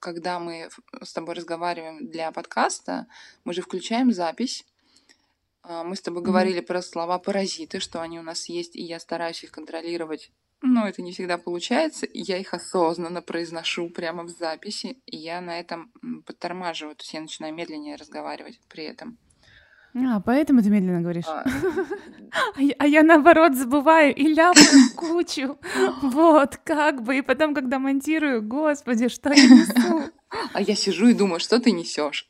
когда мы с тобой разговариваем для подкаста, мы же включаем запись. Мы с тобой говорили про слова паразиты, что они у нас есть, и я стараюсь их контролировать. Но это не всегда получается, и я их осознанно произношу прямо в записи, и я на этом подтормаживаю, то есть я начинаю медленнее разговаривать при этом. Поэтому ты медленно говоришь. А я наоборот забываю и ляпаю кучу. Вот, как бы. И потом, когда монтирую, господи, что я несу? А я сижу и думаю, что ты несешь.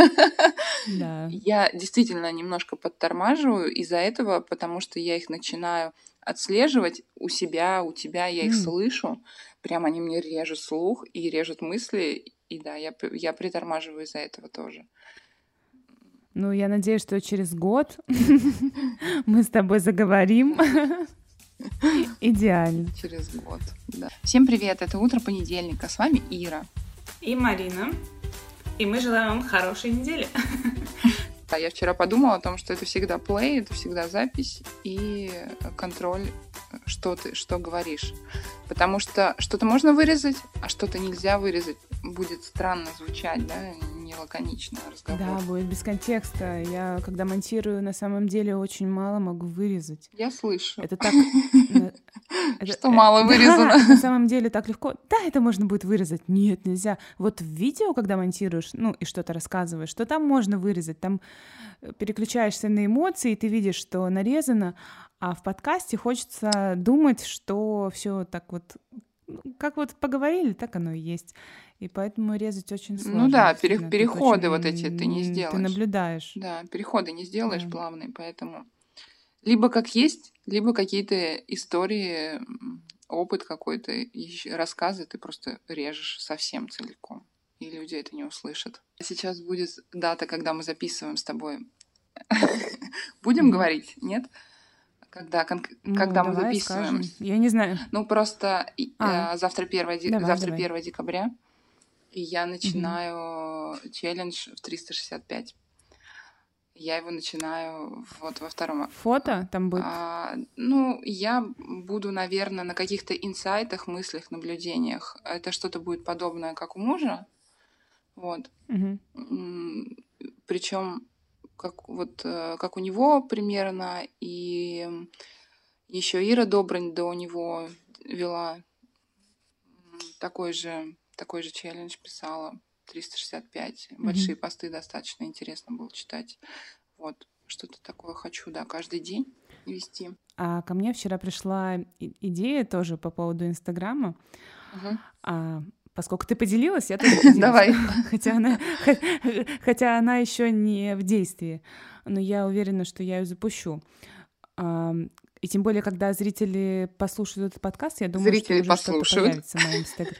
Да. Я действительно немножко подтормаживаю из-за этого, потому что я их начинаю отслеживать у себя, у тебя, я их слышу. Прям они мне режут слух и режут мысли. И да, я притормаживаю из-за этого тоже. Ну, я надеюсь, что через год мы с тобой заговорим. Идеально. Через год, да. Всем привет, это утро понедельника. С вами Ира. И Марина. И мы желаем вам хорошей недели. Да, я вчера подумала о том, что это всегда плей, это всегда запись и контроль, что говоришь. Потому что что-то можно вырезать, а что-то нельзя вырезать. Будет странно звучать, да, не лаконично разговор. Да, будет без контекста. Я, когда монтирую, на самом деле очень мало могу вырезать. Я слышу. Это так... Что мало вырезано. На самом деле так легко. Да, это можно будет вырезать. Нет, нельзя. Вот в видео, когда монтируешь, и что-то рассказываешь, что там можно вырезать. Там переключаешься на эмоции, и ты видишь, что нарезано, а в подкасте хочется думать, что все так вот, как вот поговорили, так оно и есть. И поэтому резать очень сложно. Ну да, переходы вот эти ты не сделаешь. Ты наблюдаешь. Да, переходы не сделаешь плавные, поэтому либо как есть, либо какие-то истории, опыт какой-то, рассказы ты просто режешь совсем целиком, и люди это не услышат. Сейчас будет дата, когда мы записываем с тобой. Будем говорить, нет? Когда мы записываем. Скажем. Я не знаю. Ну, просто завтра 1 декабря, и я начинаю челлендж в 365. Я его начинаю вот во втором. Фото там будет? Я буду, наверное, на каких-то инсайтах, мыслях, наблюдениях. Это что-то будет подобное, как у мужа. Вот. Причем как у него примерно, и еще Ира Добрань до него вела такой же челлендж, писала 365. Большие посты, достаточно интересно было читать. Вот, что-то такое хочу, да, каждый день вести. А ко мне вчера пришла идея тоже по поводу Инстаграма. Поскольку ты поделилась, я тоже поделюсь. Давай. Хотя она еще не в действии, но я уверена, что я ее запущу. И тем более, когда зрители послушают этот подкаст, я думаю, что уже что-то появится в моем Инстаграме.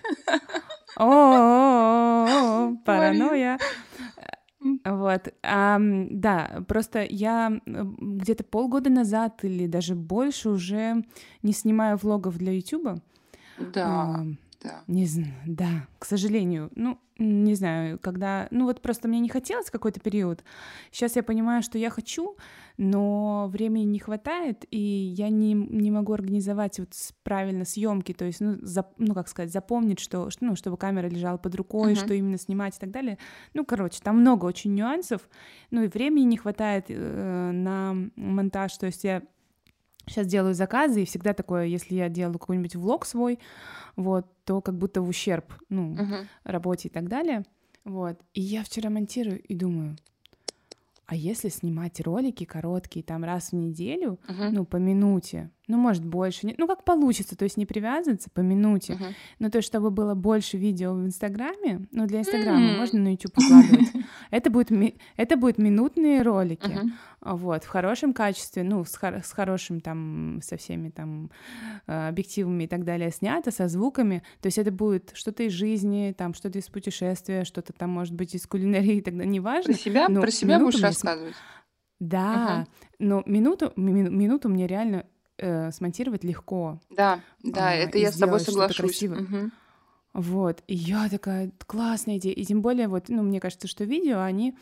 О, паранойя. Вот. Да, просто я где-то полгода назад или даже больше уже не снимаю влогов для Ютуба. Да. Не знаю, да, к сожалению. Не знаю, когда... вот просто мне не хотелось какой-то период. Сейчас я понимаю, что я хочу, но времени не хватает, и я не могу организовать правильно съемки, то есть, запомнить, чтобы камера лежала под рукой, что именно снимать и так далее. Там много очень нюансов, и времени не хватает на монтаж, то есть я сейчас делаю заказы, и всегда такое, если я делаю какой-нибудь влог свой, то как будто в ущерб, работе и так далее. И я вчера монтирую и думаю, а если снимать ролики короткие, там раз в неделю, по минуте, может больше, как получится, то есть не привязываться по минуте, но то есть чтобы было больше видео в Инстаграме, для Инстаграма можно на YouTube выкладывать. Это будут минутные ролики, в хорошем качестве, с хорошим там, со всеми там объективами и так далее снято, со звуками, то есть это будет что-то из жизни, там что-то из путешествия, что-то там может быть из кулинарии, тогда неважно. Про себя будешь рассказывать? Да, но минуту мне реально смонтировать легко. Да, это я с тобой соглашусь. И я такая, классная идея. И тем более, мне кажется, что видео, они,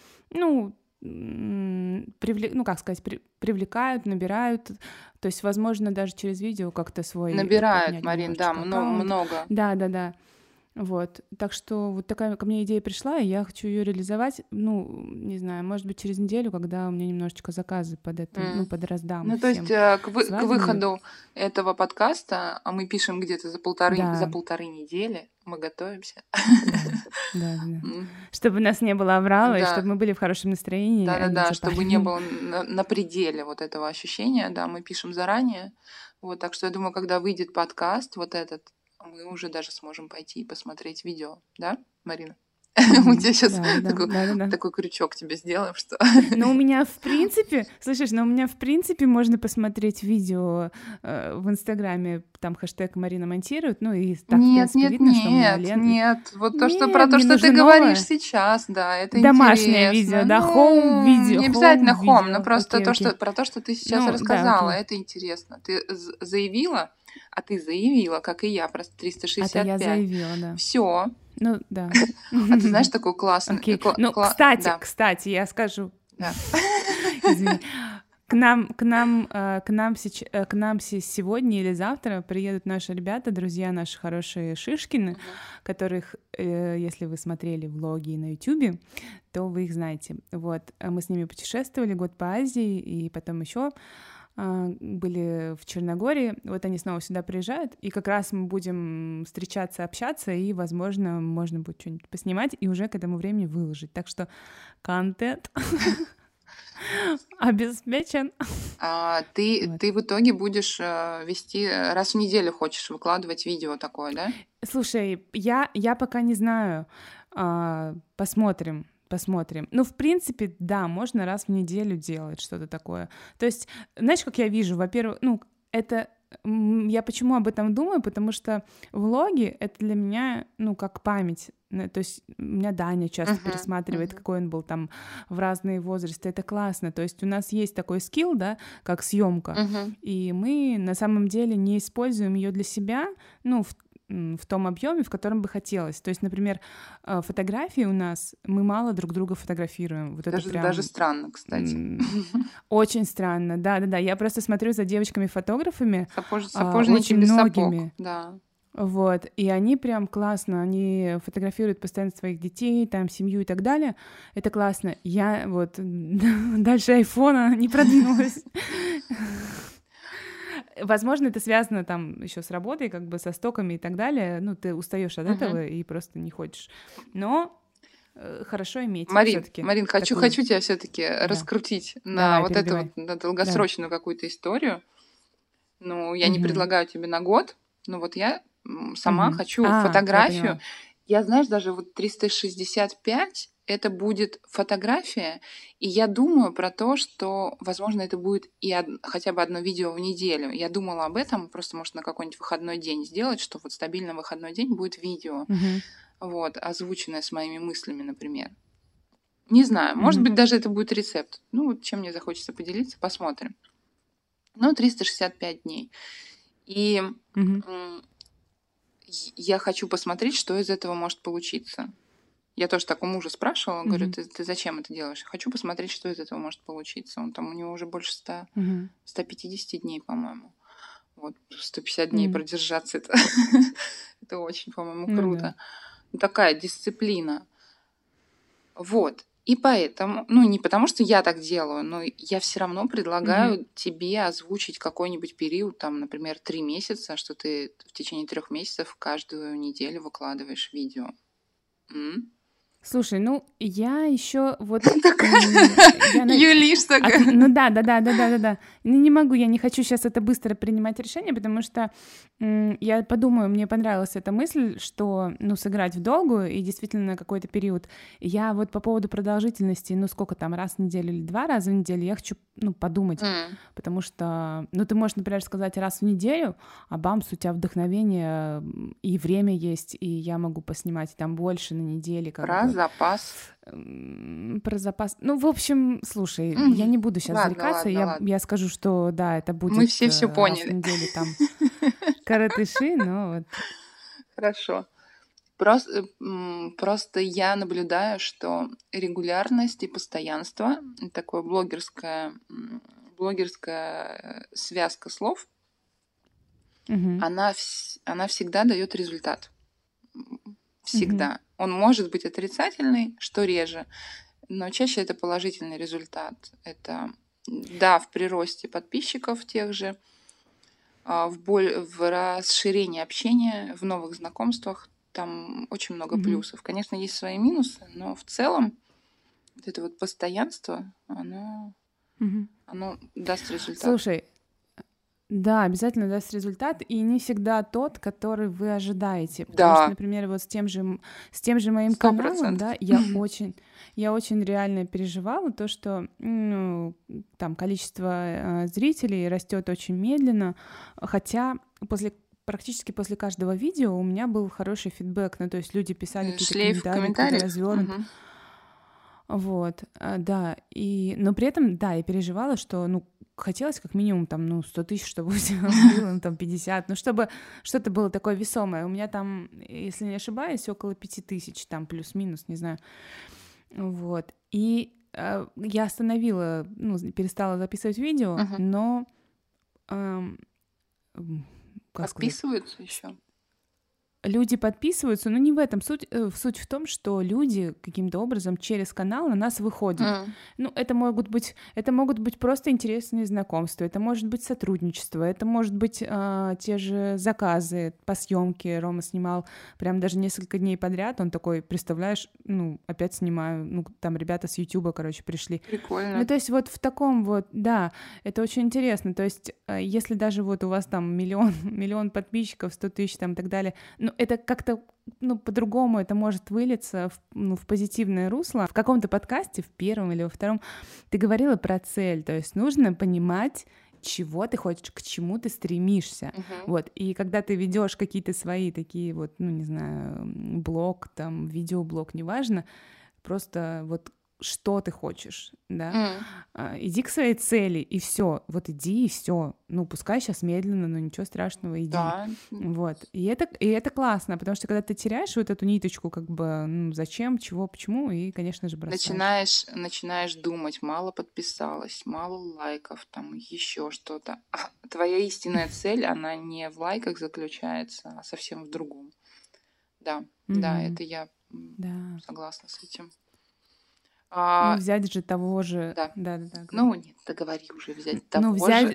привлекают, набирают. То есть, возможно, даже через видео как-то свой... Набирают, Марин, да, много. Да. Вот. Так что вот такая ко мне идея пришла, и я хочу ее реализовать, ну, не знаю, может быть, через неделю, когда у меня немножечко заказы под это, ну, подраздам Ну, то есть всем к свадебные. выходу этого подкаста, а мы пишем где-то за Да, полторы недели, мы готовимся. да, да, да. М, Чтобы у нас не было аврала, и чтобы Да, мы были в хорошем настроении, а не в да-да-да, чтобы не запаренном. было на пределе вот этого ощущения, да, мы пишем заранее. Вот, так что я думаю, когда выйдет подкаст вот этот, мы уже даже сможем пойти и посмотреть видео, да, Марина? Мы тебе сейчас Да, да, да, такой, да, да, да. такой крючок тебе сделаем, что... Но у меня в принципе, слышишь, но у меня в принципе можно посмотреть видео в Инстаграме, там хэштег Марина монтирует, ну и так в Нет, принципе нет, видно, что у меня нет, лента. нет. Вот то, что про Нет, то, мне что ты нужно говоришь новое. сейчас, да, это Домашнее видео, интересно. да, Ну, не обязательно хоум хом, но видео. просто Окей, то, что окей. про то, что ты сейчас Ну, да, рассказала, окей. это интересно. Ты заявила, а ты заявила, как и я, про Это я 365. заявила, да. Все. Ну, да. А ты знаешь такой классный... Окей. Ну, кстати, Да, кстати, я скажу, да. извини, к нам сегодня или завтра приедут наши ребята, друзья наши хорошие Шишкины, которых, если вы смотрели влоги на Ютубе, то вы их знаете. Вот, мы с ними путешествовали год по Азии, и потом еще были в Черногории. Вот они снова сюда приезжают, и как раз мы будем встречаться, общаться, и, возможно, можно будет что-нибудь поснимать и уже к этому времени выложить. Так что контент обеспечен. Ты в итоге будешь вести раз в неделю, хочешь выкладывать видео такое, да? Слушай, я пока не знаю. Посмотрим. Ну, в принципе, да, можно раз в неделю делать что-то такое. То есть, знаешь, как я вижу, во-первых, ну, это я почему об этом думаю? Потому что влоги — это для меня, ну, как память. То есть у меня Даня часто пересматривает, какой он был там в разные возрасты. Это классно. То есть у нас есть такой скилл, да, как съемка, и мы на самом деле не используем ее для себя, ну, в том объеме, в котором бы хотелось. То есть, например, фотографии у нас, мы мало друг друга фотографируем. Вот это Даже прям странно, кстати. очень странно. Да-да-да. Я просто смотрю за девочками-фотографами, Сапожники очень без сапог, многими. да. Вот, и они прям классно, они фотографируют постоянно своих детей, там, семью и так далее. Это классно. Я вот дальше айфона не продвинулась. Возможно, это связано там еще с работой, как бы со стоками и так далее. Ну, ты устаешь от этого и просто не хочешь. Но хорошо иметь все-таки Марин, хочу такую. тебя все-таки Да. раскрутить на Давай, вот эту вот перебивай. на Давай. долгосрочную какую-то историю. Ну, я не Мгм. предлагаю тебе на год, но вот я сама Мгм. хочу Я фотографию. поняла. Я, знаешь, даже вот 365 это будет фотография, и я думаю про то, что, возможно, это будет и хотя бы одно видео в неделю. Я думала об этом, просто, может, на какой-нибудь выходной день сделать, что вот стабильно выходной день будет видео, Мгм. вот, озвученное с моими мыслями, например. Не знаю, может Мгм. быть, даже это будет рецепт. Ну, вот чем мне захочется поделиться, посмотрим. Ну, 365 дней. И Мгм. я хочу посмотреть, что из этого может получиться. Я тоже так у мужа спрашивала, говорю, Мгм. ты зачем это делаешь? Хочу посмотреть, что из этого может получиться. Он там, у него уже больше 100, Мгм. 150 дней, по-моему. Вот, 150 дней М. продержаться, это, это очень, по-моему, Ну да. круто. Такая дисциплина. Вот. И поэтому, ну, не потому что я так делаю, но я все равно Мгм. предлагаю тебе озвучить какой-нибудь период, там, например, 3 месяца, что ты в течение 3 месяцев каждую неделю выкладываешь видео. М? Слушай, ну я еще вот Юлишь такая. Ну да. Ну, не могу, я не хочу сейчас это быстро принимать решение, потому что я подумаю, мне понравилась эта мысль, что, ну, сыграть в долгую и действительно на какой-то период. Я вот по поводу продолжительности, ну, сколько там, раз в неделю или 2 раза в неделю, я хочу, ну, подумать, потому что, ну, ты можешь, например, сказать раз в неделю, а бамс, у тебя вдохновение и время есть, и я могу поснимать там больше на неделе, как Про бы. запас. Про запас. Ну, в общем, слушай, я не буду сейчас Ладно, зарекаться. ладно, ладно. Я скажу, что да, это Мы будет все раз в поняли. неделю там коротыши, но вот. Хорошо. Просто я наблюдаю, что регулярность и постоянство, такое блогерская связка слов, Мгм. она всегда дает результат. всегда. Он может быть отрицательный, что реже, но чаще это положительный результат. Это, да, в приросте подписчиков тех же, в расширении общения, в новых знакомствах. Там очень много плюсов. Конечно, есть свои минусы, но в целом вот это вот постоянство, оно даст результат. Слушай, да, обязательно даст результат, и не всегда тот, который вы ожидаете. Потому что, Да, например, вот с тем же моим 100%. каналом, да, я очень реально переживала то, что там количество зрителей растет очень медленно, хотя практически после каждого видео у меня был хороший фидбэк, ну то есть люди писали какие-то Шлейф комментарии, какие-то комментариев. развернутые. Вот, да, но при этом, да, я переживала, что, хотелось как минимум там, 100 тысяч, чтобы было, там 50, чтобы что-то было такое весомое. У меня там, если не ошибаюсь, около 5000, там плюс-минус, не знаю. Вот, и я остановила, перестала записывать видео, но, как сказать, Подписываются еще. люди подписываются, но не в этом суть. Суть в том, что люди каким-то образом через канал на нас выходят. Это могут быть просто интересные знакомства, это может быть сотрудничество, это может быть те же заказы по съемке. Рома снимал прям даже несколько дней подряд. Он такой, представляешь, опять снимаю. Там ребята с Ютуба, пришли. Прикольно. То есть вот в таком вот, да, это очень интересно. То есть если даже вот у вас там миллион подписчиков, 100 тысяч там и так далее, это как-то, по-другому это может вылиться в позитивное русло. В каком-то подкасте, в первом или во втором, ты говорила про цель, то есть нужно понимать, чего ты хочешь, к чему ты стремишься. Вот. И когда ты ведешь какие-то свои такие вот, не знаю, блог, там, видеоблог, неважно, просто вот что ты хочешь, да, иди к своей цели, и все, вот иди, и все. Пускай сейчас медленно, но ничего страшного, иди. Да. Вот. И это классно, потому что когда ты теряешь вот эту ниточку, зачем, чего, почему, и, конечно же, бросаешь. Начинаешь думать, мало подписалось, мало лайков, там еще что-то. А твоя истинная цель, она не в лайках заключается, а совсем в другом. Да, это я согласна с этим. Взять же того же... Да. Да. Нет, договори уже взять того же.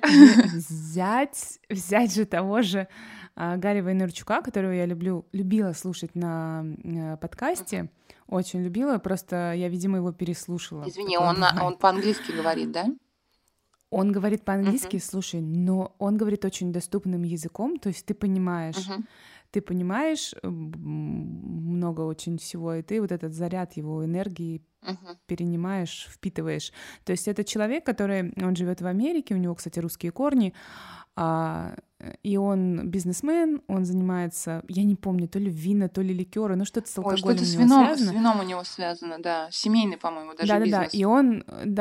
Взять же того же Гарри Вайнерчука, которого я любила слушать на подкасте. Очень любила, просто я, видимо, его переслушала. Извини, он по-английски говорит, да? Он говорит по-английски, слушай, но он говорит очень доступным языком, то есть ты понимаешь... Ты понимаешь много очень всего, и ты вот этот заряд его энергии перенимаешь, впитываешь. То есть это человек, он живет в Америке, у него, кстати, русские корни, и он бизнесмен, он занимается, я не помню, то ли вина, то ли ликеры, что-то с алкоголем что-то у него связано. С вином у него связано, да, семейный, по-моему, даже бизнес. И он,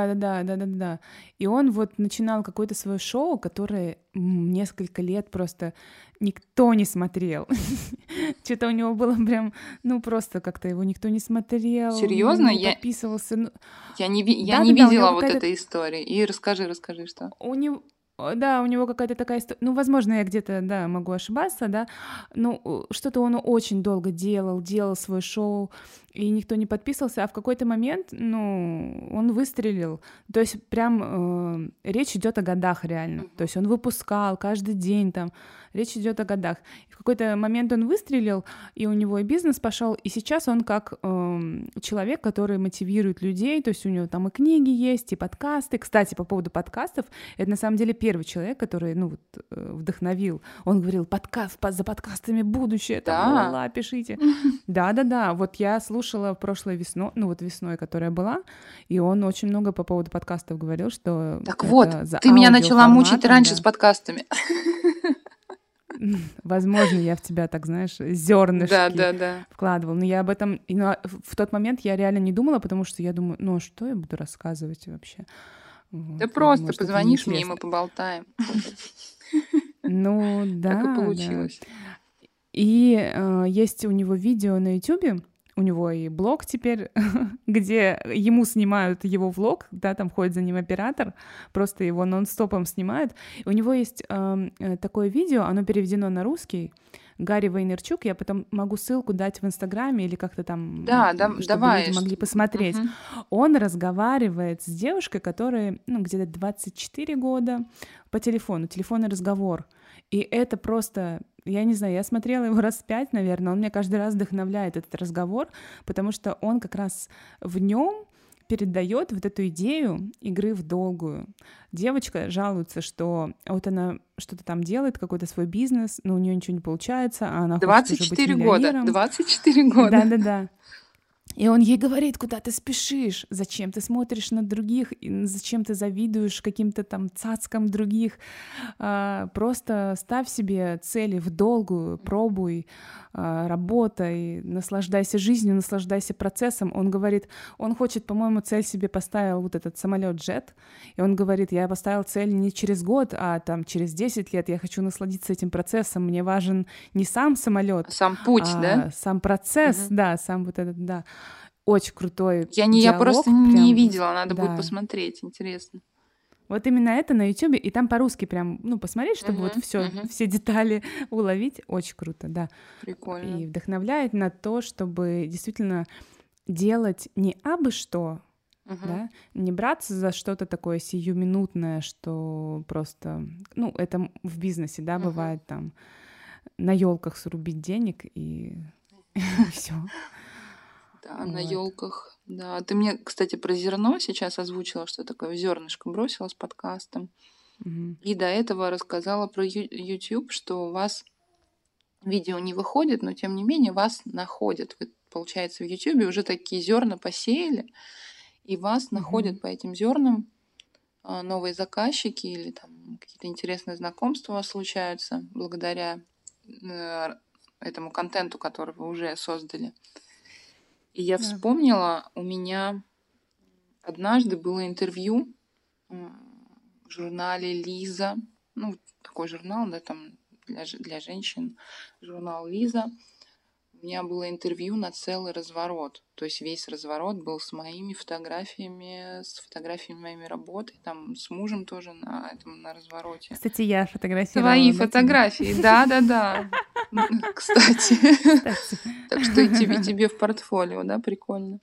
и он вот начинал какое-то свое шоу, которое несколько лет просто никто не смотрел. Что-то у него было прям, просто как-то его никто не смотрел. Серьезно? Не подписывался. Я не видела вот этой истории. И расскажи, что. У него какая-то такая история. Возможно, я где-то, могу ошибаться, да. Что-то он очень долго делал свое шоу, и никто не подписывался, а в какой-то момент, он выстрелил. То есть прям речь идет о годах реально. То есть он выпускал каждый день там. Речь идет о годах. И в какой-то момент он выстрелил, и у него и бизнес пошел, и сейчас он как человек, который мотивирует людей, то есть у него там и книги есть, и подкасты. Кстати, по поводу подкастов, это на самом деле первый человек, который, вдохновил. Он говорил, за подкастами будущее, там, ла-ла, пишите. Да, вот я слушала прошлой весной, весной, которая была, и он очень много по поводу подкастов говорил, что... Так вот, ты меня начала мучить раньше с подкастами. Возможно, я в тебя, так знаешь, зернышки вкладывала. Но я об этом... в тот момент я реально не думала, потому что я думаю, что я буду рассказывать вообще? Да просто позвонишь мне, и мы поболтаем. Да. Так и получилось. И есть у него видео на Ютубе, у него и блог теперь, где ему снимают его влог, да, там ходит за ним оператор, просто его нон-стопом снимают. И у него есть такое видео, оно переведено на русский, Гарри Вайнерчук, я потом могу ссылку дать в Инстаграме или как-то там, Да, чтобы давай. люди могли посмотреть. Мгм. Он разговаривает с девушкой, которая, где-то 24 года, по телефону, телефонный разговор. И это просто, я не знаю, я смотрела его раз 5, наверное, он меня каждый раз вдохновляет, этот разговор, потому что он как раз в нем передает вот эту идею игры в долгую. Девочка жалуется, что вот она что-то там делает, какой-то свой бизнес, но у нее ничего не получается, а она хочет уже быть 24 года. миллионером. 24 года. Да-да-да. И он ей говорит, куда ты спешишь, зачем ты смотришь на других, и зачем ты завидуешь каким-то там цацкам других. Просто ставь себе цели в долгую, пробуй, работай, наслаждайся жизнью, наслаждайся процессом. Он говорит, он хочет, по-моему, цель себе поставил вот этот самолет-джет, и он говорит, я поставил цель не через год, а там через 10 лет, я хочу насладиться этим процессом, мне важен не сам самолет, Сам путь, да? а сам процесс, Мгм. да, сам вот этот, да. Очень крутой Я просто диалог, не прям, видела, надо будет да. посмотреть, интересно. Вот именно это на Ютубе, и там по-русски прям, посмотреть, чтобы вот Мгм. все детали уловить. Очень круто, да. Прикольно. И вдохновляет на то, чтобы действительно делать не абы что, Мгм. да, не браться за что-то такое сиюминутное, что просто, это в бизнесе, да, Мгм. бывает там на елках срубить денег и все. Да, на Вот. елках. Да. Ты мне, кстати, про зерно сейчас озвучила, что такое зернышко бросила с подкастом. Мгм. И до этого рассказала про YouTube, что у вас видео не выходит, но тем не менее вас находят. Вы, получается, в YouTube уже такие зерна посеяли, и вас Мгм. находят по этим зернам новые заказчики или там какие-то интересные знакомства у вас случаются благодаря э, этому контенту, который вы уже создали. И я Да. вспомнила, у меня однажды было интервью в журнале «Лиза». Ну, такой журнал, да, там для женщин. Журнал «Лиза». У меня было интервью на целый разворот. То есть весь разворот был с моими фотографиями, с фотографиями моей работы, там с мужем тоже на развороте. Кстати, я Твои фотографировала, да, тебя? фотографии, да. Кстати. Кстати. Так что и тебе в портфолио, да, прикольно.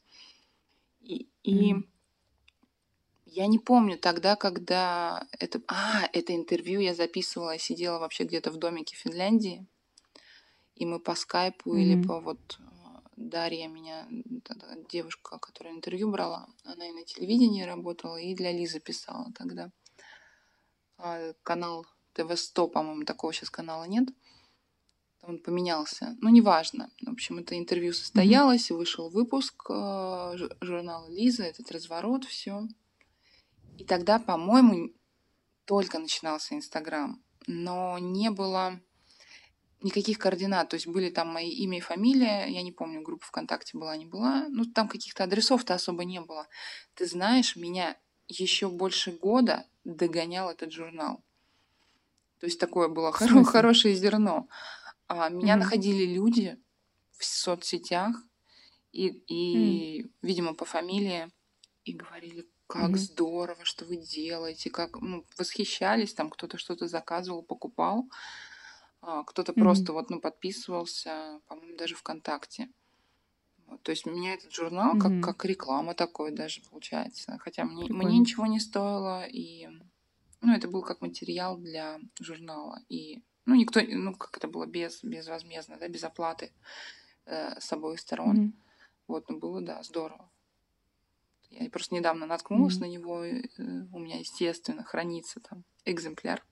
И Мгм. я не помню тогда, когда это интервью я записывала, я сидела вообще где-то в домике в Финляндии, и мы по скайпу или Мгм. по Дарья меня, девушка, которая интервью брала, она и на телевидении работала, и для Лизы писала тогда. Канал ТВ-100, по-моему, такого сейчас канала нет. Он поменялся. Ну, неважно. В общем, это интервью Мгм. состоялось, вышел выпуск журнала Лиза, этот разворот, все. И тогда, по-моему, только начинался Инстаграм, но не было никаких координат. То есть были там мои имя и фамилия, я не помню, группа ВКонтакте была, не была. Ну, там каких-то адресов-то особо не было. Ты знаешь, меня еще больше года догонял этот журнал. То есть такое было В смысле? хорошее зерно. Меня Мгм. находили люди в соцсетях М. видимо, по фамилии, и говорили, как Мгм. здорово, что вы делаете, как восхищались, там кто-то что-то заказывал, покупал, кто-то Мгм. просто подписывался, по-моему, даже ВКонтакте. То есть меня этот журнал Мгм. как реклама такой даже получается, хотя мне Прикольно. ничего не стоило, и это был как материал для журнала, и никто, как это было безвозмездно, да, без оплаты с обоих сторон. Мгм. Было, да, здорово. Я просто недавно наткнулась Мгм. на него, и, у меня, естественно, хранится там экземпляр.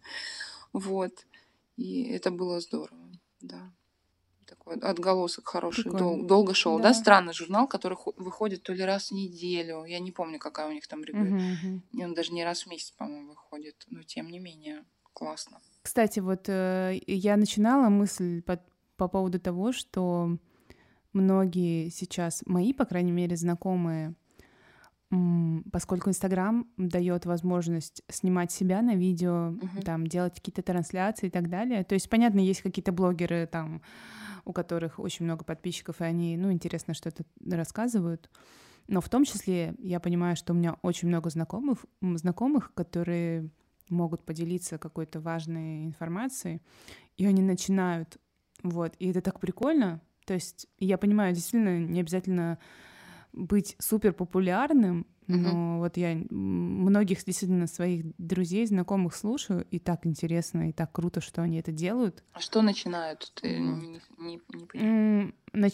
Вот. И это было здорово, да. Такой отголосок хороший, Прикольно. долго шел, да, Да. странный журнал, который выходит то ли раз в неделю, я не помню, какая у них там регулярность, Мгм. Мгм. он даже не раз в месяц, по-моему, выходит, но тем не менее классно. Кстати, вот я начинала мысль по поводу того, что многие сейчас, мои, по крайней мере, знакомые, поскольку Инстаграм дает возможность снимать себя на видео, Мгм. там, делать какие-то трансляции и так далее. То есть, понятно, есть какие-то блогеры, там, у которых очень много подписчиков, и они, интересно что-то рассказывают. Но в том числе я понимаю, что у меня очень много знакомых, которые могут поделиться какой-то важной информацией, и они начинают Вот, и это так прикольно. То есть я понимаю, действительно, не обязательно быть супер популярным, но вот я многих действительно своих друзей, знакомых слушаю, и так интересно, и так круто, что они это делают. А что начинают? Ты Вот. не понимаешь?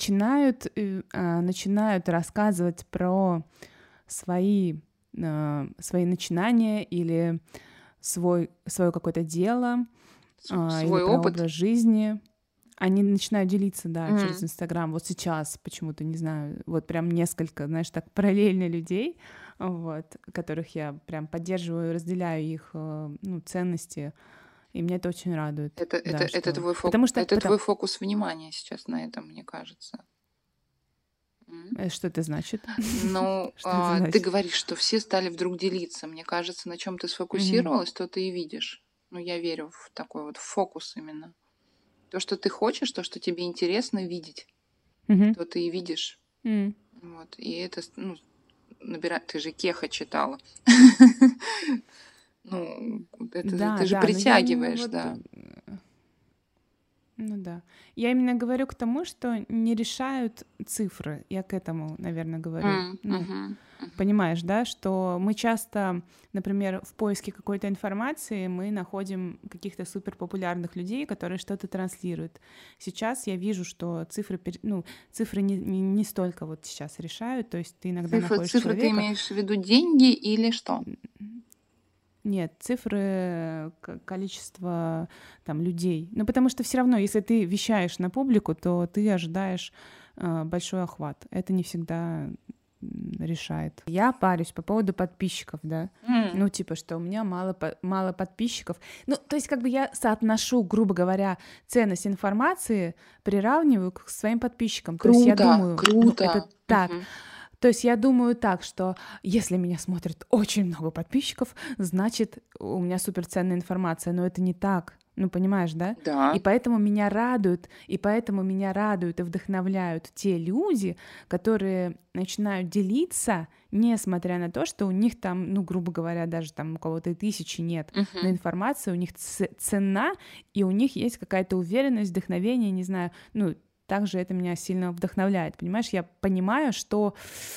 Начинают рассказывать про свои начинания или свое какое-то дело, или Свой про опыт? образ жизни. Они начинают делиться, да, через Инстаграм. Вот сейчас почему-то, не знаю, вот прям несколько, знаешь, так параллельно людей, вот, которых я прям поддерживаю, разделяю их, ценности, и меня это очень радует. Да, Это твой потому что твой фокус внимания сейчас на этом, мне кажется. что это значит? Ну, Что это ты значит? говоришь, что все стали вдруг делиться. Мне кажется, на чем ты сфокусировалась, то ты и видишь. Ну, я верю в такой вот фокус именно. То, что ты хочешь, то, что тебе интересно видеть, то ты и видишь. Вот. И это, ну, ты же Кеха читала. Ну, Да, ты же да, но я именно притягиваешь, вот... да. Ну да. Я именно говорю к тому, что не решают цифры. Я к этому, наверное, говорю. Понимаешь, да, что мы часто, например, в поиске какой-то информации мы находим каких-то суперпопулярных людей, которые что-то транслируют. Сейчас я вижу, что цифры не столько вот сейчас решают, то есть ты иногда находишь Цифры ты человека... имеешь в виду деньги или что? Нет, цифры, количество там людей. Ну, потому что все равно, если ты вещаешь на публику, то ты ожидаешь большой охват. Это не всегда решает. Я парюсь по поводу подписчиков, да. Ну, типа, что у меня мало подписчиков. Ну, то есть, как бы я соотношу, грубо говоря, ценность информации, приравниваю к своим подписчикам. То есть я думаю, Круто. это так. То есть я думаю так, что если меня смотрит очень много подписчиков, значит, у меня суперценная информация, но это не так. Ну, понимаешь, да? Да. И поэтому меня радуют и вдохновляют те люди, которые начинают делиться, несмотря на то, что у них там, ну, грубо говоря, даже там у кого-то и тысячи нет, но информация у них ценна, и у них есть какая-то уверенность, вдохновение, не знаю, ну, также это меня сильно вдохновляет, понимаешь? Я понимаю, что,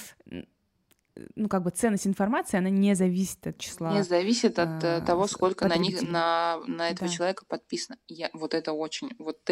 ну, как бы ценность информации, она не зависит от числа. Не зависит от того, сколько на них, на этого Да. человека подписано. Вот это очень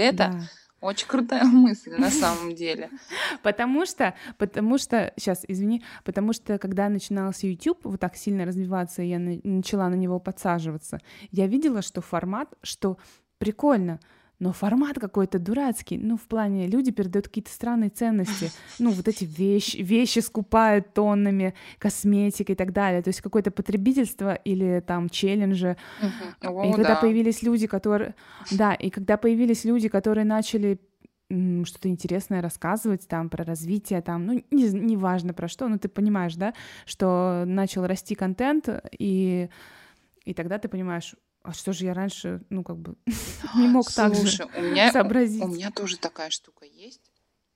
крутая мысль на самом деле. Потому что, сейчас, извини, потому что когда начинался YouTube вот так сильно развиваться, и я начала на него подсаживаться, я видела, что что прикольно, но формат какой-то дурацкий. Ну, в плане, люди передают какие-то странные ценности. Ну, вот эти вещи скупают тоннами, косметика и так далее. То есть какое-то потребительство или там челленджи. И когда появились люди, которые... Да, и когда появились люди, которые начали что-то интересное рассказывать там про развитие, там, ну, не важно про что, но ты понимаешь, да, что начал расти контент, и тогда ты понимаешь, а что же я раньше, ну, как бы, не мог так же сообразить. У меня тоже такая штука есть.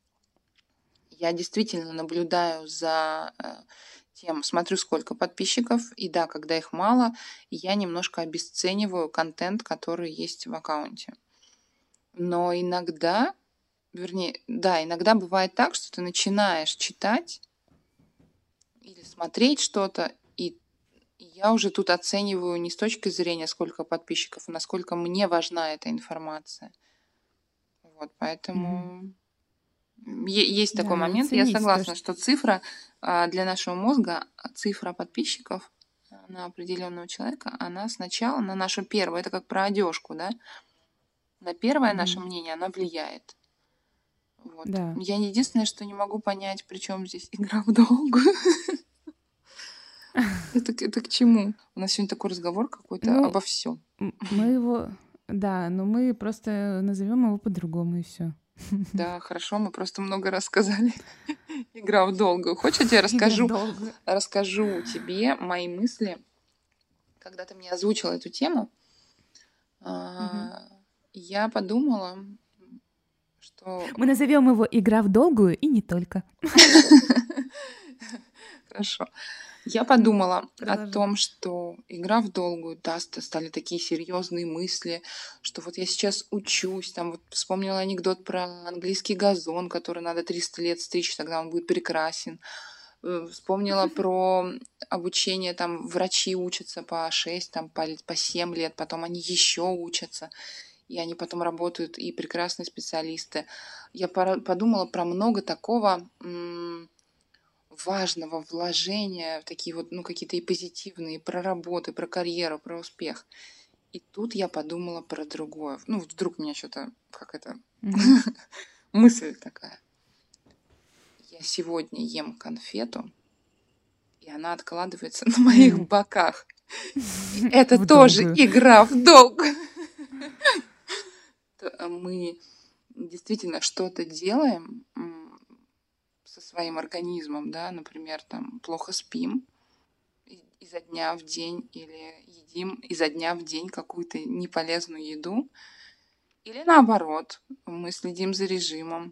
Я действительно наблюдаю за тем, смотрю, сколько подписчиков, и да, когда их мало, я немножко обесцениваю контент, который есть в аккаунте. Но иногда, иногда бывает так, что ты начинаешь читать или смотреть что-то, и я уже тут оцениваю не с точки зрения, сколько подписчиков, а насколько мне важна эта информация. Вот, поэтому есть такой момент. Я согласна, что цифра для нашего мозга, цифра подписчиков на определенного человека, она сначала на нашу первую, это как про одежку, да? На первое наше мнение она влияет. Вот. Да. Я единственное, что не могу понять, при чем здесь игра в долгую. Это к чему? У нас сегодня такой разговор какой-то обо всем. Мы его, да, но мы просто назовем его по-другому и все. Да, хорошо, мы просто много раз сказали. Игра в долгую. Хочешь, я тебе расскажу тебе мои мысли, когда ты мне озвучила эту тему. Я подумала, что... Мы назовем его «Игра в долгую» и не только. Хорошо. Я подумала о Продолжай. том, что игра в долгую, да, стали такие серьезные мысли, что вот я сейчас учусь, там вот вспомнила анекдот про английский газон, который надо 300 лет стричь, тогда он будет прекрасен. Вспомнила про обучение, там врачи учатся по 6, там по 7 лет, потом они еще учатся, и они потом работают, и прекрасные специалисты. Я подумала про много такого важного вложения в такие вот, ну, какие-то и позитивные, про работы, про карьеру, про успех. И тут я подумала про другое. Ну, вдруг у меня что-то, как это, Мгм. мысль такая. Я сегодня ем конфету, и она откладывается на моих М. боках. И это В тоже долгую. игра в долг. Мы действительно что-то делаем со своим организмом, да, например, там плохо спим изо дня в день или едим изо дня в день какую-то неполезную еду, или наоборот, мы следим за режимом,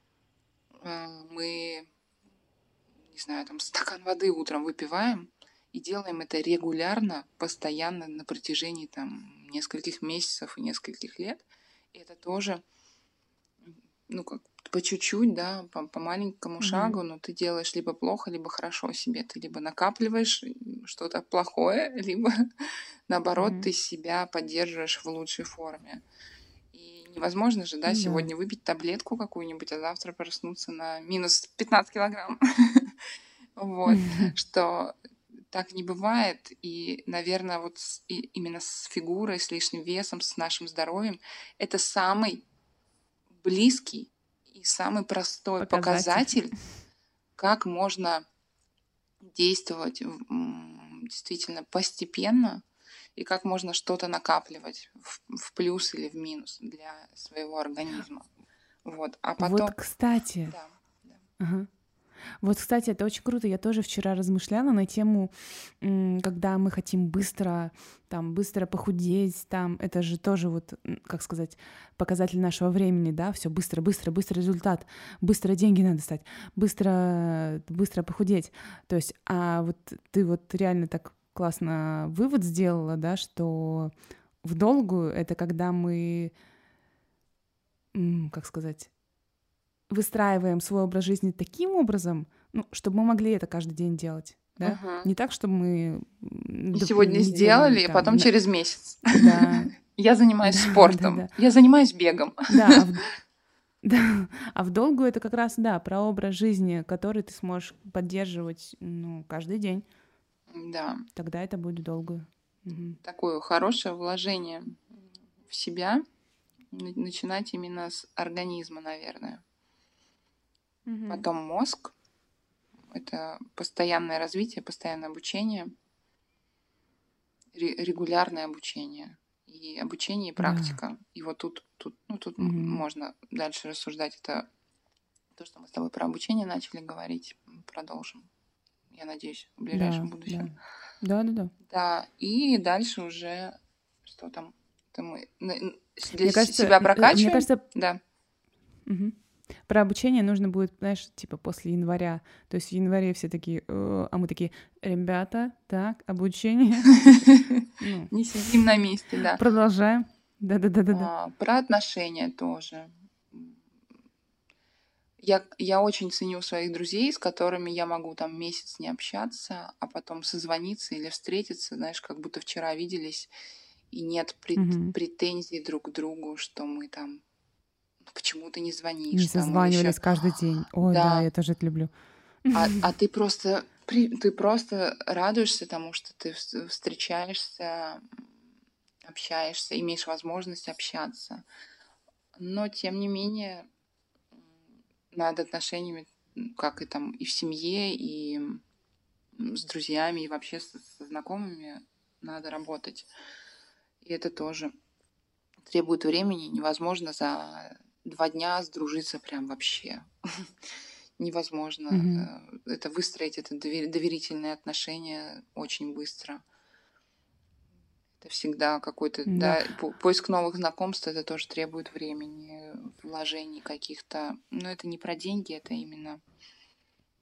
мы, не знаю, там стакан воды утром выпиваем и делаем это регулярно, постоянно на протяжении там нескольких месяцев и нескольких лет. И это тоже, ну, как по чуть-чуть, да, по маленькому Мгм. шагу, но ты делаешь либо плохо, либо хорошо себе. Ты либо накапливаешь что-то плохое, либо наоборот Мгм. ты себя поддерживаешь в лучшей форме. И невозможно же, да, Ну да. сегодня выпить таблетку какую-нибудь, а завтра проснуться на минус 15 килограмм. Вот, что так не бывает. И, наверное, вот именно с фигурой, с лишним весом, с нашим здоровьем, это самый близкий и самый простой Показатель. показатель, как можно действовать действительно постепенно и как можно что-то накапливать в плюс или в минус для своего организма. Вот. А Вот, потом, кстати, да, да. ага. Вот, кстати, это очень круто. Я тоже вчера размышляла на тему, когда мы хотим быстро, там, быстро похудеть, там, это же тоже вот, как сказать, показатель нашего времени, да, все быстро, быстро, быстро результат, быстро деньги надо стать, быстро, быстро похудеть. То есть, а вот ты вот реально так классно вывод сделала, да, что в долгую это когда мы, как сказать, выстраиваем свой образ жизни таким образом, ну, чтобы мы могли это каждый день делать, да? Мгм. Не так, чтобы мы И сегодня неделями сделали, и там... потом через месяц. Да, Я занимаюсь да, да, спортом, да. я занимаюсь бегом. Да, да, а в долгую это как раз, да, про образ жизни, который ты сможешь поддерживать, ну, каждый день. Да, Тогда это будет долгую. Мгм. такое хорошее вложение в себя, начинать именно с организма, наверное. Мгм. Потом мозг, это постоянное развитие, постоянное обучение, регулярное обучение. И обучение, и Да. практика. И вот тут Мгм. можно дальше рассуждать. Это то, что мы с тобой про обучение начали говорить. Продолжим, я надеюсь, в ближайшем Да, да. будущем. Да, да, да. Да, и дальше уже что там? Это мы для Мне кажется, себя мне прокачиваем. кажется, Да. мгм. Про обучение нужно будет, знаешь, типа после января. То есть в январе все такие, а мы такие, ребята, так, обучение. Ну, Не сидим на месте, да. продолжаем. Да-да-да-да-да. Про отношения тоже. Я очень ценю своих друзей, с которыми я могу там месяц не общаться, а потом созвониться или встретиться, знаешь, как будто вчера виделись, и нет Мгм. претензий друг к другу, что мы там, «Ну, почему ты не Не звонишь там, или еще, созванивались каждый день. Ой, да, да, я тоже это люблю. а ты просто, ты просто радуешься тому, что ты встречаешься, общаешься, имеешь возможность общаться. Но, тем не менее, над отношениями, как и там и в семье, и с друзьями, и вообще со знакомыми надо работать. И это тоже требует времени. Невозможно за 2 дня сдружиться прям вообще. Невозможно. Мгм. Это выстроить это доверительные отношения очень быстро. Это всегда какой-то, Да. да, поиск новых знакомств, это тоже требует времени, вложений каких-то. Но это не про деньги, это именно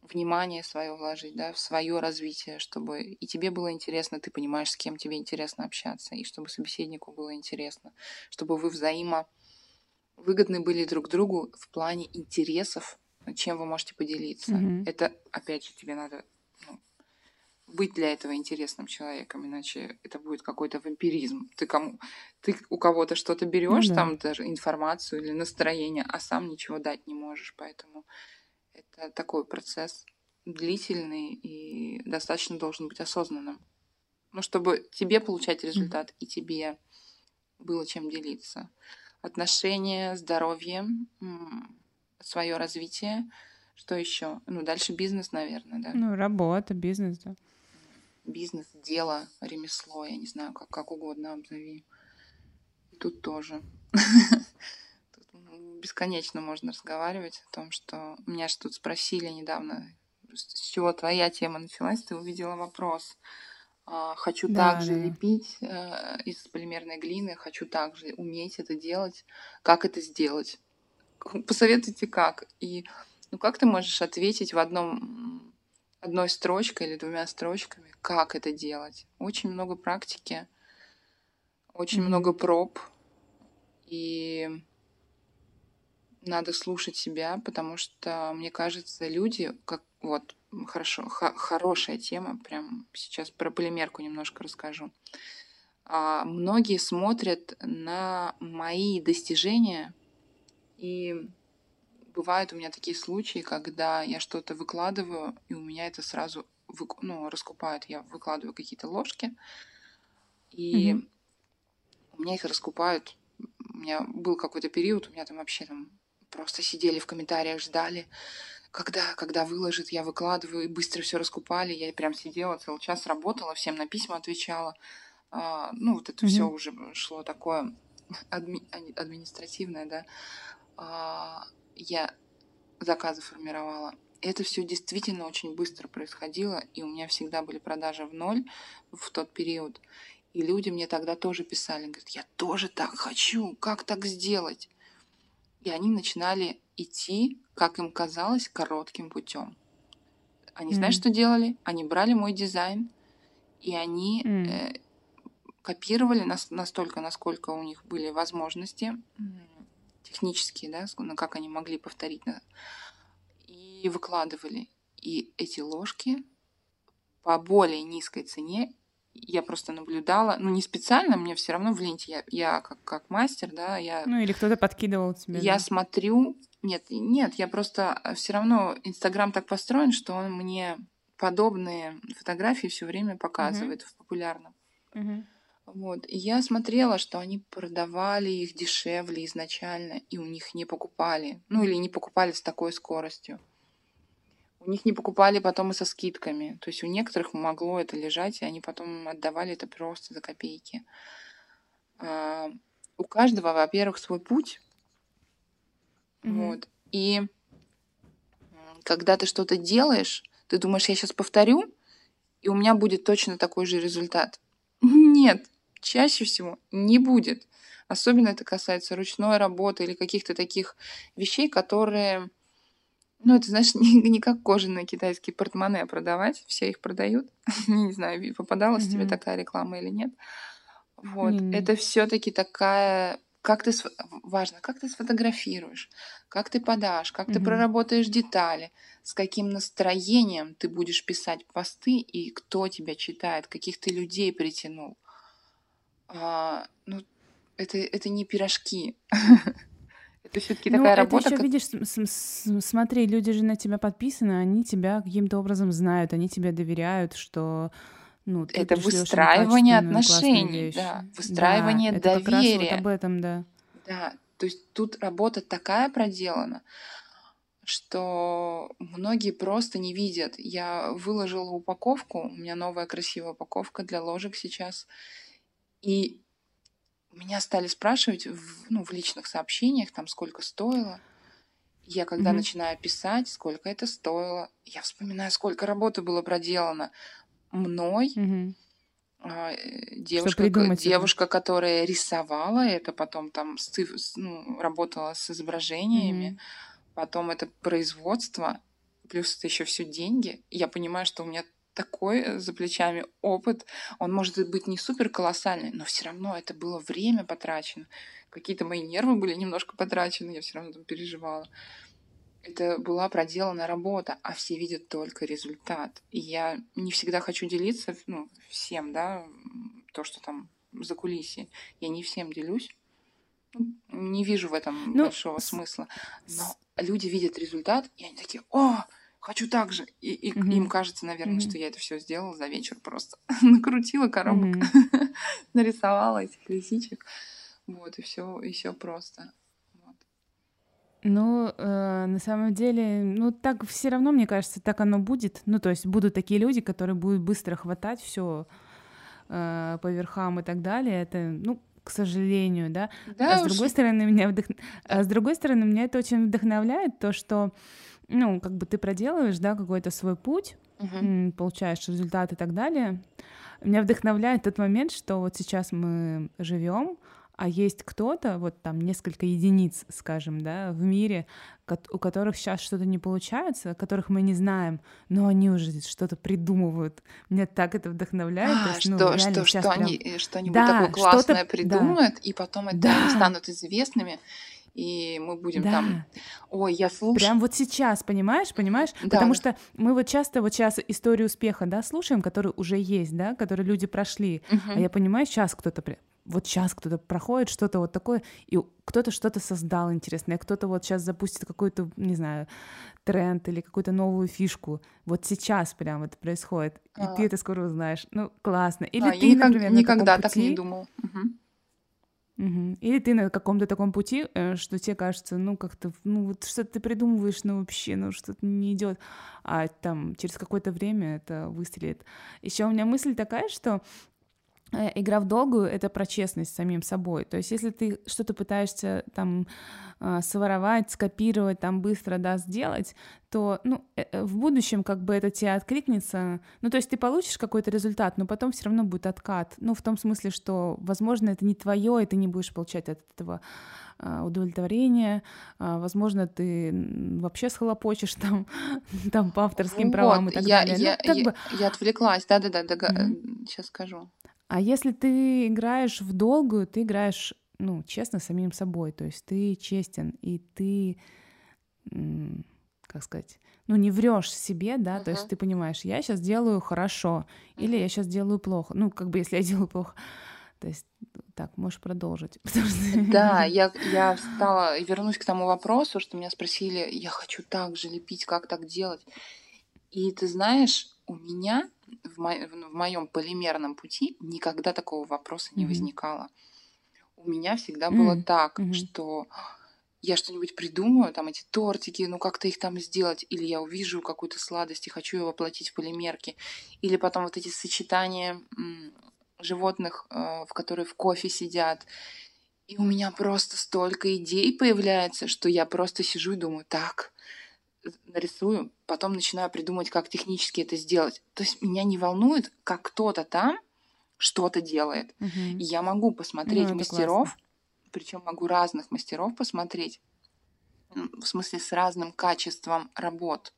внимание свое вложить, да, в свое развитие, чтобы и тебе было интересно, ты понимаешь, с кем тебе интересно общаться, и чтобы собеседнику было интересно, чтобы вы взаимовыгодны были друг другу в плане интересов, чем вы можете поделиться. Мгм. Это, опять же, тебе надо быть для этого интересным человеком, иначе это будет какой-то вампиризм. Ты у кого-то что-то Ну берешь, да. там даже информацию или настроение, а сам ничего дать не можешь. Поэтому это такой процесс длительный и достаточно должен быть осознанным. Ну, чтобы тебе получать Мгм. результат и тебе было чем делиться. Отношения, здоровье, свое развитие. Что еще? Ну, дальше бизнес, наверное, да. Ну, работа, бизнес, да. Бизнес, дело, ремесло, я не знаю, как угодно обзови. И тут тоже. Тут бесконечно можно разговаривать о том, что меня же тут спросили недавно, с чего твоя тема началась, ты увидела вопрос. Хочу Да, также да, да. лепить из полимерной глины, хочу также уметь это делать. Как это сделать? Посоветуйте, как. И как ты можешь ответить в одной строчкой или двумя строчками, как это делать? Очень много практики, очень много Мгм. проб, и надо слушать себя, потому что, мне кажется, люди, как вот, хорошо, хорошая тема, прям сейчас про полимерку немножко расскажу. Многие смотрят на мои достижения, и бывают у меня такие случаи, когда я что-то выкладываю, и у меня это сразу раскупают. Я выкладываю какие-то ложки, и Мгм. у меня их раскупают. У меня был какой-то период, у меня там вообще просто сидели в комментариях, ждали, когда выложит, я выкладываю, и быстро все раскупали. Я прям сидела целый час, работала, всем на письма отвечала. Вот это все Мгм. уже шло такое административное, да. Я заказы формировала. Это все действительно очень быстро происходило, и у меня всегда были продажи в ноль в тот период. И люди мне тогда тоже писали, говорят, я тоже так хочу, как так сделать? И они начинали идти, как им казалось, коротким путем. Они, знаешь, М. что делали? Они брали мой дизайн, и они М. копировали настолько, насколько у них были возможности технические, да, как они могли повторить, и выкладывали. И эти ложки по более низкой цене я просто наблюдала, не специально, мне все равно в ленте, я как мастер, да, Ну, или кто-то подкидывал тебе, я да. смотрю, нет, я просто все равно Инстаграм так построен, что он мне подобные фотографии все время Мгм. показывает в популярном. Мгм. Вот. И я смотрела, что они продавали их дешевле изначально, и у них не покупали. Ну, или не покупали с такой скоростью. У них не покупали потом и со скидками. То есть у некоторых могло это лежать, и они потом отдавали это просто за копейки. У каждого, во-первых, свой путь. Мгм. Вот. И когда ты что-то делаешь, ты думаешь, я сейчас повторю, и у меня будет точно такой же результат. Нет, чаще всего не будет. Особенно это касается ручной работы или каких-то таких вещей, которые, это, знаешь, не как кожаные китайские портмоне продавать. Все их продают. Не знаю, попадалась тебе Мгм. такая реклама или нет. Вот. Не-не. Это все-таки такая... Важно, как ты сфотографируешь, как ты подашь, как ты Мгм. проработаешь детали, с каким настроением ты будешь писать посты и кто тебя читает, каких ты людей притянул. Ну, это не пирожки. Это все-таки Ну, такая это работа, еще, как... видишь, смотри, люди же на тебя подписаны, они тебя каким-то образом знают, они тебе доверяют, что, ну, ты Это пришлешь им выстраивание качественную, классную отношений, вещь. да, Да, выстраивание это как раз вот доверия. об этом, да. Да, то есть тут работа такая проделана, что многие просто не видят. Я выложила упаковку, у меня новая красивая упаковка для ложек сейчас, и меня стали спрашивать в личных сообщениях, там, сколько стоило. Я когда Мгм. начинаю писать, сколько это стоило, я вспоминаю, сколько работы было проделано мной, Мгм. Чтобы девушка, придумать это. девушка, которая рисовала это, потом там работала с изображениями, Мгм. потом это производство. плюс это еще все деньги. Я понимаю, что у меня такой за плечами опыт. Он может быть не супер колоссальный, но все равно это было время потрачено. Какие-то мои нервы были немножко потрачены, я все равно там переживала. Это была проделана работа, а все видят только результат. И я не всегда хочу делиться, всем, да, то, что там за кулисье. Я не всем делюсь. Не вижу в этом Ну, большого смысла. Но люди видят результат, и они такие: о, хочу так же. И им кажется, наверное, что я это все сделала за вечер просто. Накрутила коробок, нарисовала этих лисичек. Вот, и все просто. Ну, на самом деле, ну, так все равно, мне кажется, так оно будет. Ну, то есть будут такие люди, которые будут быстро хватать все по верхам и так далее. Это, ну, к сожалению, да. Да, А с другой стороны, с другой стороны, меня это очень вдохновляет, то, что, ну, как бы ты проделываешь, да, какой-то свой путь, получаешь результат и так далее. Меня вдохновляет тот момент, что вот сейчас мы живем, а есть кто-то, вот там несколько единиц, скажем, да, в мире, у которых сейчас что-то не получается, которых мы не знаем, но они уже что-то придумывают. Меня так это вдохновляет. То есть, ну, реально сейчас прям... они что-нибудь такое Да, классное что-то... придумают, и потом это они Да, станут известными, и мы будем там... да. Ой, я слушаю... Прям вот сейчас, понимаешь? Потому Да. что мы вот часто вот сейчас историю успеха, да, слушаем, которые уже есть, да, которые люди прошли. А я понимаю, сейчас кто-то проходит что-то вот такое, и кто-то что-то создал интересное, кто-то вот сейчас запустит какой-то, не знаю, тренд или какую-то новую фишку. Вот сейчас прям это происходит, и ты это скоро узнаешь. Ну, классно. Или я ты, например, на таком никогда так не пути... думала. Или ты на каком-то таком пути, что тебе кажется, ну, как-то, ну, вот что-то ты придумываешь, ну, вообще, ну, что-то не идет, а там через какое-то время это выстрелит. Еще у меня мысль такая, что игра в долгую — это про честность с самим собой. То есть если ты что-то пытаешься там своровать, скопировать, там быстро, да, сделать, то, ну, в будущем как бы это тебе откликнется. Ну, то есть ты получишь какой-то результат, но потом все равно будет откат. Ну, в том смысле, что, возможно, это не твое, и ты не будешь получать от этого удовлетворения. Возможно, ты вообще схлопочешь там, там по авторским правам и так далее. Я отвлеклась. Да-да-да, сейчас скажу. А если ты играешь в долгую, ты играешь, ну, честно, с самим собой. То есть ты честен, и ты, как сказать, ну, не врешь себе, да, то есть ты понимаешь, я сейчас делаю хорошо, или я сейчас делаю плохо. Ну, как бы если я делаю плохо. То есть так, можешь продолжить. Да, я встала и вернусь к тому вопросу, что меня спросили: я хочу так же лепить, как так делать? И ты знаешь, у меня в моем полимерном пути никогда такого вопроса не возникало. У меня всегда было так, что я что-нибудь придумаю, там эти тортики, ну как-то их там сделать, или я увижу какую-то сладость и хочу ее воплотить в полимерке, или потом вот эти сочетания животных, в которые в кофе сидят. И у меня просто столько идей появляется, что я просто сижу и думаю: так, нарисую, потом начинаю придумывать, как технически это сделать. То есть меня не волнует, как кто-то там что-то делает. И я могу посмотреть мастеров, причем могу разных мастеров посмотреть, в смысле с разным качеством работ.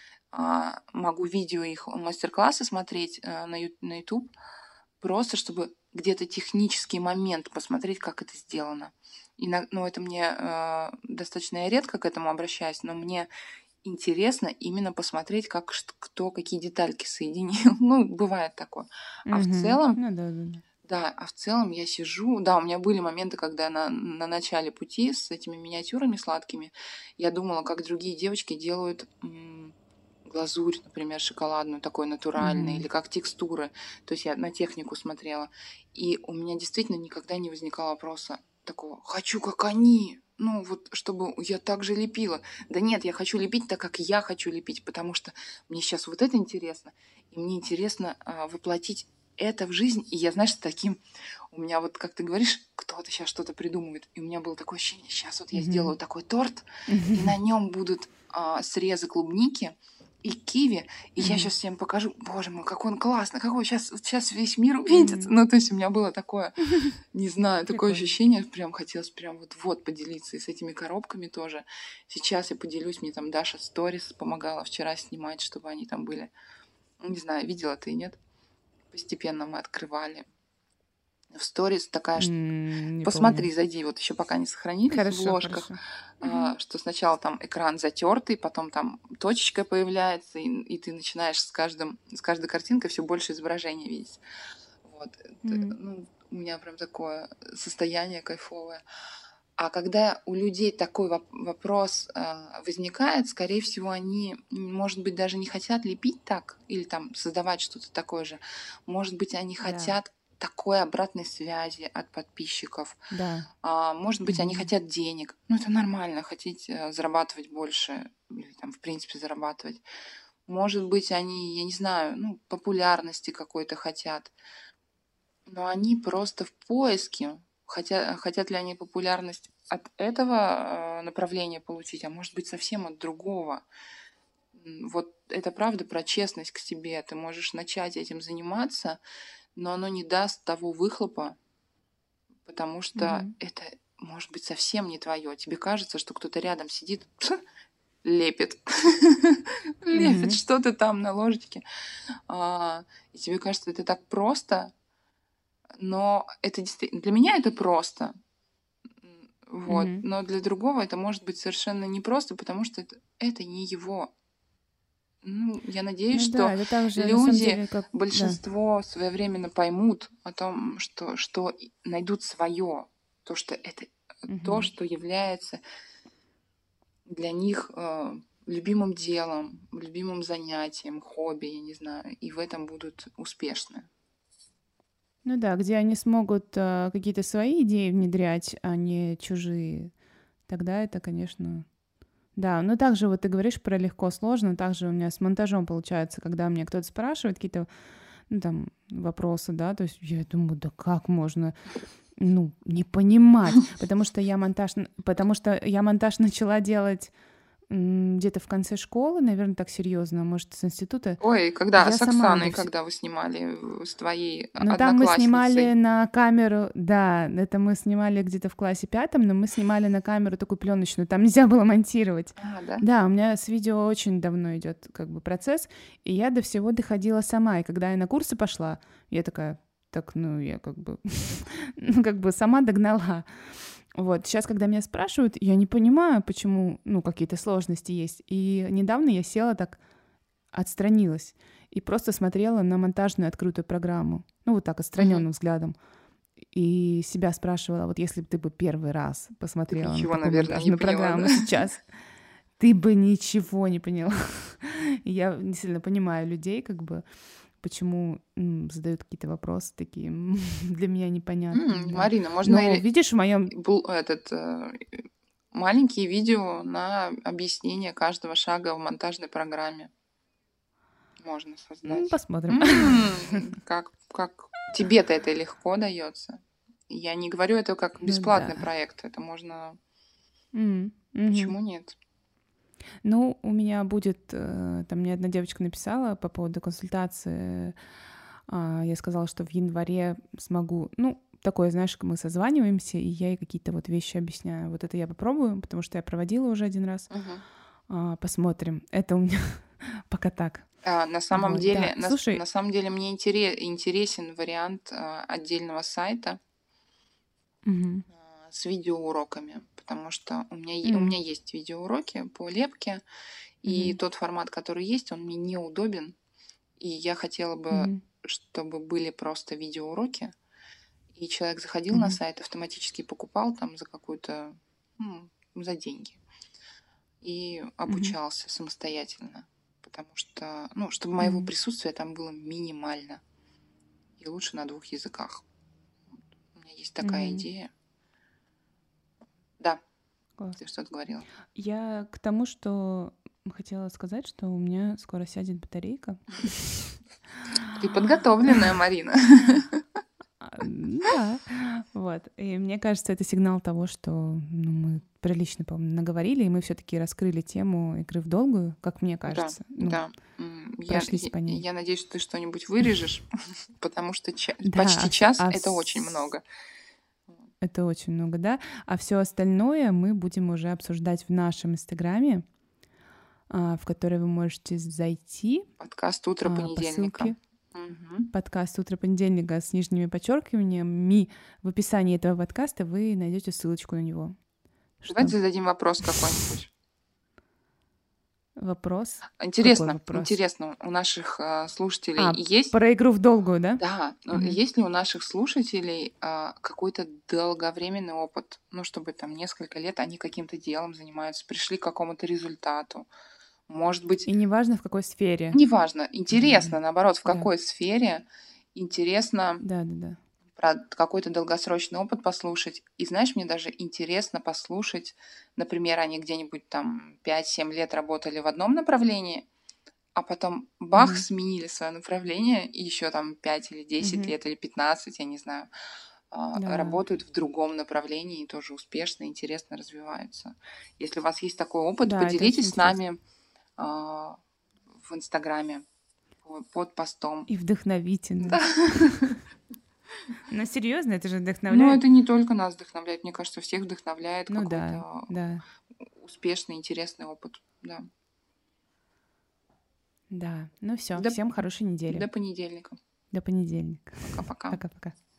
Могу видео их мастер-классы смотреть на YouTube, просто чтобы где-то технический момент посмотреть, как это сделано. Ну, это мне достаточно, я редко к этому обращаюсь, но мне интересно именно посмотреть, как кто какие детальки соединил. Ну, бывает такое. А в целом, а в целом я сижу. Да, у меня были моменты, когда на начале пути с этими миниатюрами сладкими я думала, как другие девочки делают глазурь, например, шоколадную, такой натуральный, или как текстуры. То есть я на технику смотрела. И у меня действительно никогда не возникало вопроса такого: хочу, как они. Ну, вот, чтобы я так же лепила. Да нет, я хочу лепить так, как я хочу лепить, потому что мне сейчас вот это интересно, и мне интересно воплотить это в жизнь. И я, знаешь, таким... У меня вот, как ты говоришь, кто-то сейчас что-то придумывает. И у меня было такое ощущение: сейчас вот я сделаю такой торт, и на нем будут срезы клубники, и киви, и я сейчас всем покажу, боже мой, как он классный, какой сейчас весь мир увидит. Ну, то есть у меня было такое, не знаю, такое Прикольно. ощущение, прям хотелось прям вот поделиться и с этими коробками тоже. Сейчас я поделюсь, мне там Даша сторис помогала вчера снимать, чтобы они там были. Не знаю, видела ты, нет? Постепенно мы открывали. В сторис такая, Не посмотри, помню. зайди, вот еще пока не сохранились в Хорошо, ложках, хорошо. что сначала там экран затертый, потом там точечка появляется, и ты начинаешь с каждой картинкой все больше изображения видеть. Вот. Ну, у меня прям такое состояние кайфовое. А когда у людей такой вопрос возникает, скорее всего, они, может быть, даже не хотят лепить так или там создавать что-то такое же. Может быть, они Да. хотят такой обратной связи от подписчиков. Да. Может быть, они хотят денег. Ну, это нормально, хотеть зарабатывать больше или там, в принципе, зарабатывать. Может быть, они, я не знаю, ну, популярности какой-то хотят. Но они просто в поиске. Хотят ли они популярность от этого направления получить, а может быть, совсем от другого. Вот это правда про честность к себе. Ты можешь начать этим заниматься, но оно не даст того выхлопа, потому что это может быть совсем не твое. Тебе кажется, что кто-то рядом сидит, лепит, лепит что-то там на ложечке. И тебе кажется, это так просто, но это действительно для меня это просто. Вот. Но для другого это может быть совершенно непросто, потому что это не его. Ну, я надеюсь, Ну да, что это также на самом люди, деле как... Да. большинство своевременно поймут о том, что найдут свое, то, что это то, что является для них любимым делом, любимым занятием, хобби, я не знаю, и в этом будут успешны. Ну да, где они смогут какие-то свои идеи внедрять, а не чужие. Тогда это, конечно... Да, но также вот ты говоришь про легко, сложно, также у меня с монтажом получается, когда меня кто-то спрашивает какие-то, ну, там, вопросы, да, то есть я думаю, да как можно, ну, не понимать, потому что я монтаж начала делать где-то в конце школы, наверное, так серьезно, может, с института. Ой, когда Я с сама Оксаной, это когда вы снимали с твоей Ну, там мы снимали одноклассницей. на камеру, да, это мы снимали где-то в классе 5, но мы снимали на камеру такую пленочную, там нельзя было монтировать. Да? Да, у меня с видео очень давно идет как бы процесс, и я до всего доходила сама. И когда я на курсы пошла, я такая, так, ну, я как бы, ну, как бы сама догнала. Вот, сейчас, когда меня спрашивают, я не понимаю, почему, ну, какие-то сложности есть. И недавно я села так, отстранилась и просто смотрела на монтажную открытую программу. Ну, вот так, отстраненным взглядом. И себя спрашивала, вот если бы ты бы первый раз посмотрела на Ничего, такую наверное, не монтажную поняла, программу да? сейчас, ты бы ничего не поняла. И я не сильно понимаю людей, как бы, почему задают какие-то вопросы такие для меня непонятные. Да. Марина, можно Но видишь, в моем маленькие видео на объяснение каждого шага в монтажной программе можно создать. посмотрим. Как тебе-то это легко дается? Я не говорю это как бесплатный проект, это можно... Почему нет? Ну, у меня будет, там мне одна девочка написала по поводу консультации, я сказала, что в январе смогу, ну, такое, знаешь, мы созваниваемся, и я ей какие-то вот вещи объясняю. Вот это я попробую, потому что я проводила уже один раз. Посмотрим. Это у меня пока так. На самом деле, да. Слушай, на самом деле мне интересен вариант отдельного сайта с видеоуроками, потому что у меня есть видеоуроки по лепке, и тот формат, который есть, он мне неудобен, и я хотела бы, чтобы были просто видеоуроки, и человек заходил на сайт, автоматически покупал там за какую-то, за деньги, и обучался самостоятельно, потому что, ну, чтобы моего присутствия там было минимально, и лучше на 2 языках. У меня есть такая идея. Да. Класс. Ты что-то говорила? Я к тому, что хотела сказать, что у меня скоро сядет батарейка. Ты подготовленная, Марина. Да, вот. И мне кажется, это сигнал того, что мы прилично, по-моему, наговорили, и мы все-таки раскрыли тему игры в долгую, как мне Да, кажется. да. Прошлись по ней. Я надеюсь, что ты что-нибудь вырежешь, потому что Да, почти час — это очень много. Это очень много, да. А все остальное мы будем уже обсуждать в нашем Инстаграме, в который вы можете зайти. Подкаст «Утро по понедельника». ссылке подкаст «Утро понедельника» с нижними подчеркиваниями. В описании этого подкаста вы найдете ссылочку на него. Давайте зададим вопрос какой-нибудь. Вопрос? Интересно, Какой вопрос? интересно, у наших слушателей есть... Про игру в долгую, да? Да, есть ли у наших слушателей какой-то долговременный опыт, ну, чтобы там несколько лет они каким-то делом занимаются, пришли к какому-то результату, может быть... И неважно, в какой сфере. Неважно, интересно, наоборот, в какой сфере, интересно Да. про какой-то долгосрочный опыт послушать. И знаешь, мне даже интересно послушать, например, они где-нибудь там 5-7 лет работали в одном направлении, а потом бах, сменили свое направление, и еще там 5 или 10 лет, или 15, я не знаю, работают в другом направлении и тоже успешно, интересно развиваются. Если у вас есть такой опыт, поделитесь с нами в Инстаграме под постом. И вдохновительно. Да. Но серьезно, это же вдохновляет. Ну, это не только нас вдохновляет, мне кажется, всех вдохновляет какой-то успешный, интересный опыт. Да. Да, ну все, всем хорошей недели. До понедельника. До понедельника. Пока-пока. Пока-пока.